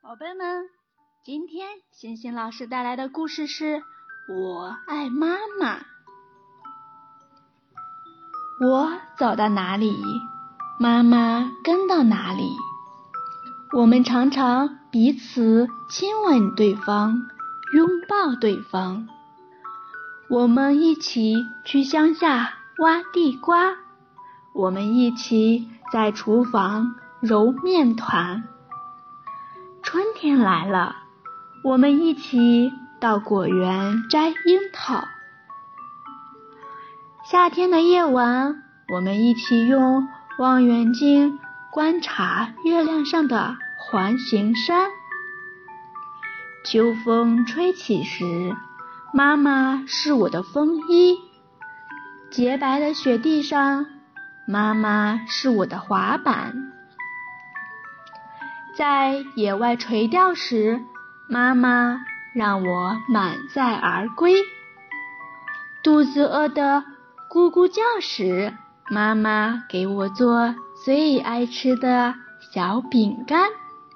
宝贝们，今天星星老师带来的故事是我爱妈妈。我走到哪里，妈妈跟到哪里。我们常常彼此亲吻对方，拥抱对方。我们一起去乡下挖地瓜，我们一起在厨房揉面团。春天来了，我们一起到果园摘樱桃。夏天的夜晚，我们一起用望远镜观察月亮上的环形山。秋风吹起时，妈妈是我的风衣。洁白的雪地上，妈妈是我的滑板。在野外垂钓时，妈妈让我满载而归。肚子饿得咕咕叫时，妈妈给我做最爱吃的小饼干。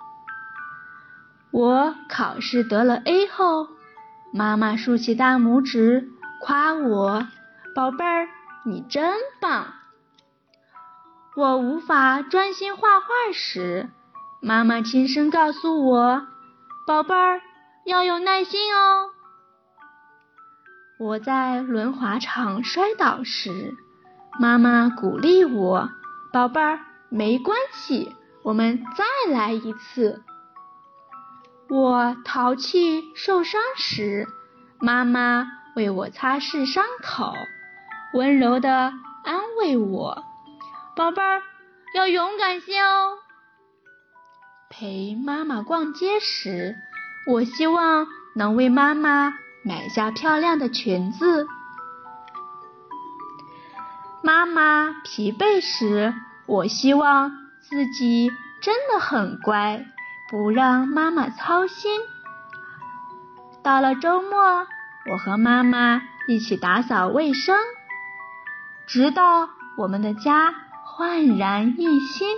我考试得了 A 后，妈妈竖起大拇指夸我，宝贝儿，你真棒。我无法专心画画时，妈妈轻声告诉我，宝贝儿，要有耐心哦。我在轮滑场摔倒时，妈妈鼓励我，宝贝儿，没关系，我们再来一次。我淘气受伤时，妈妈为我擦拭伤口，温柔地安慰我，宝贝儿，要勇敢些哦。陪妈妈逛街时，我希望能为妈妈买下漂亮的裙子。妈妈疲惫时，我希望自己真的很乖，不让妈妈操心。到了周末，我和妈妈一起打扫卫生，直到我们的家焕然一新。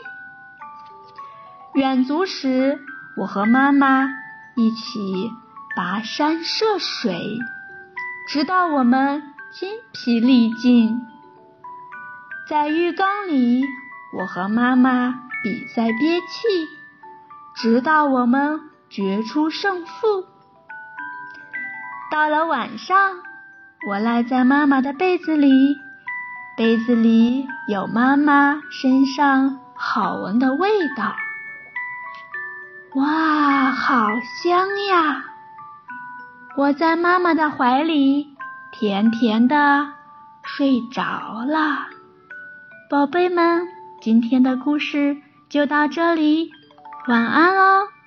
远足时，我和妈妈一起跋山涉水，直到我们筋疲力尽。在浴缸里，我和妈妈比赛憋气，直到我们决出胜负。到了晚上，我赖在妈妈的被子里，被子里有妈妈身上好闻的味道。哇，好香呀！我在妈妈的怀里甜甜的睡着了。宝贝们，今天的故事就到这里，晚安哦。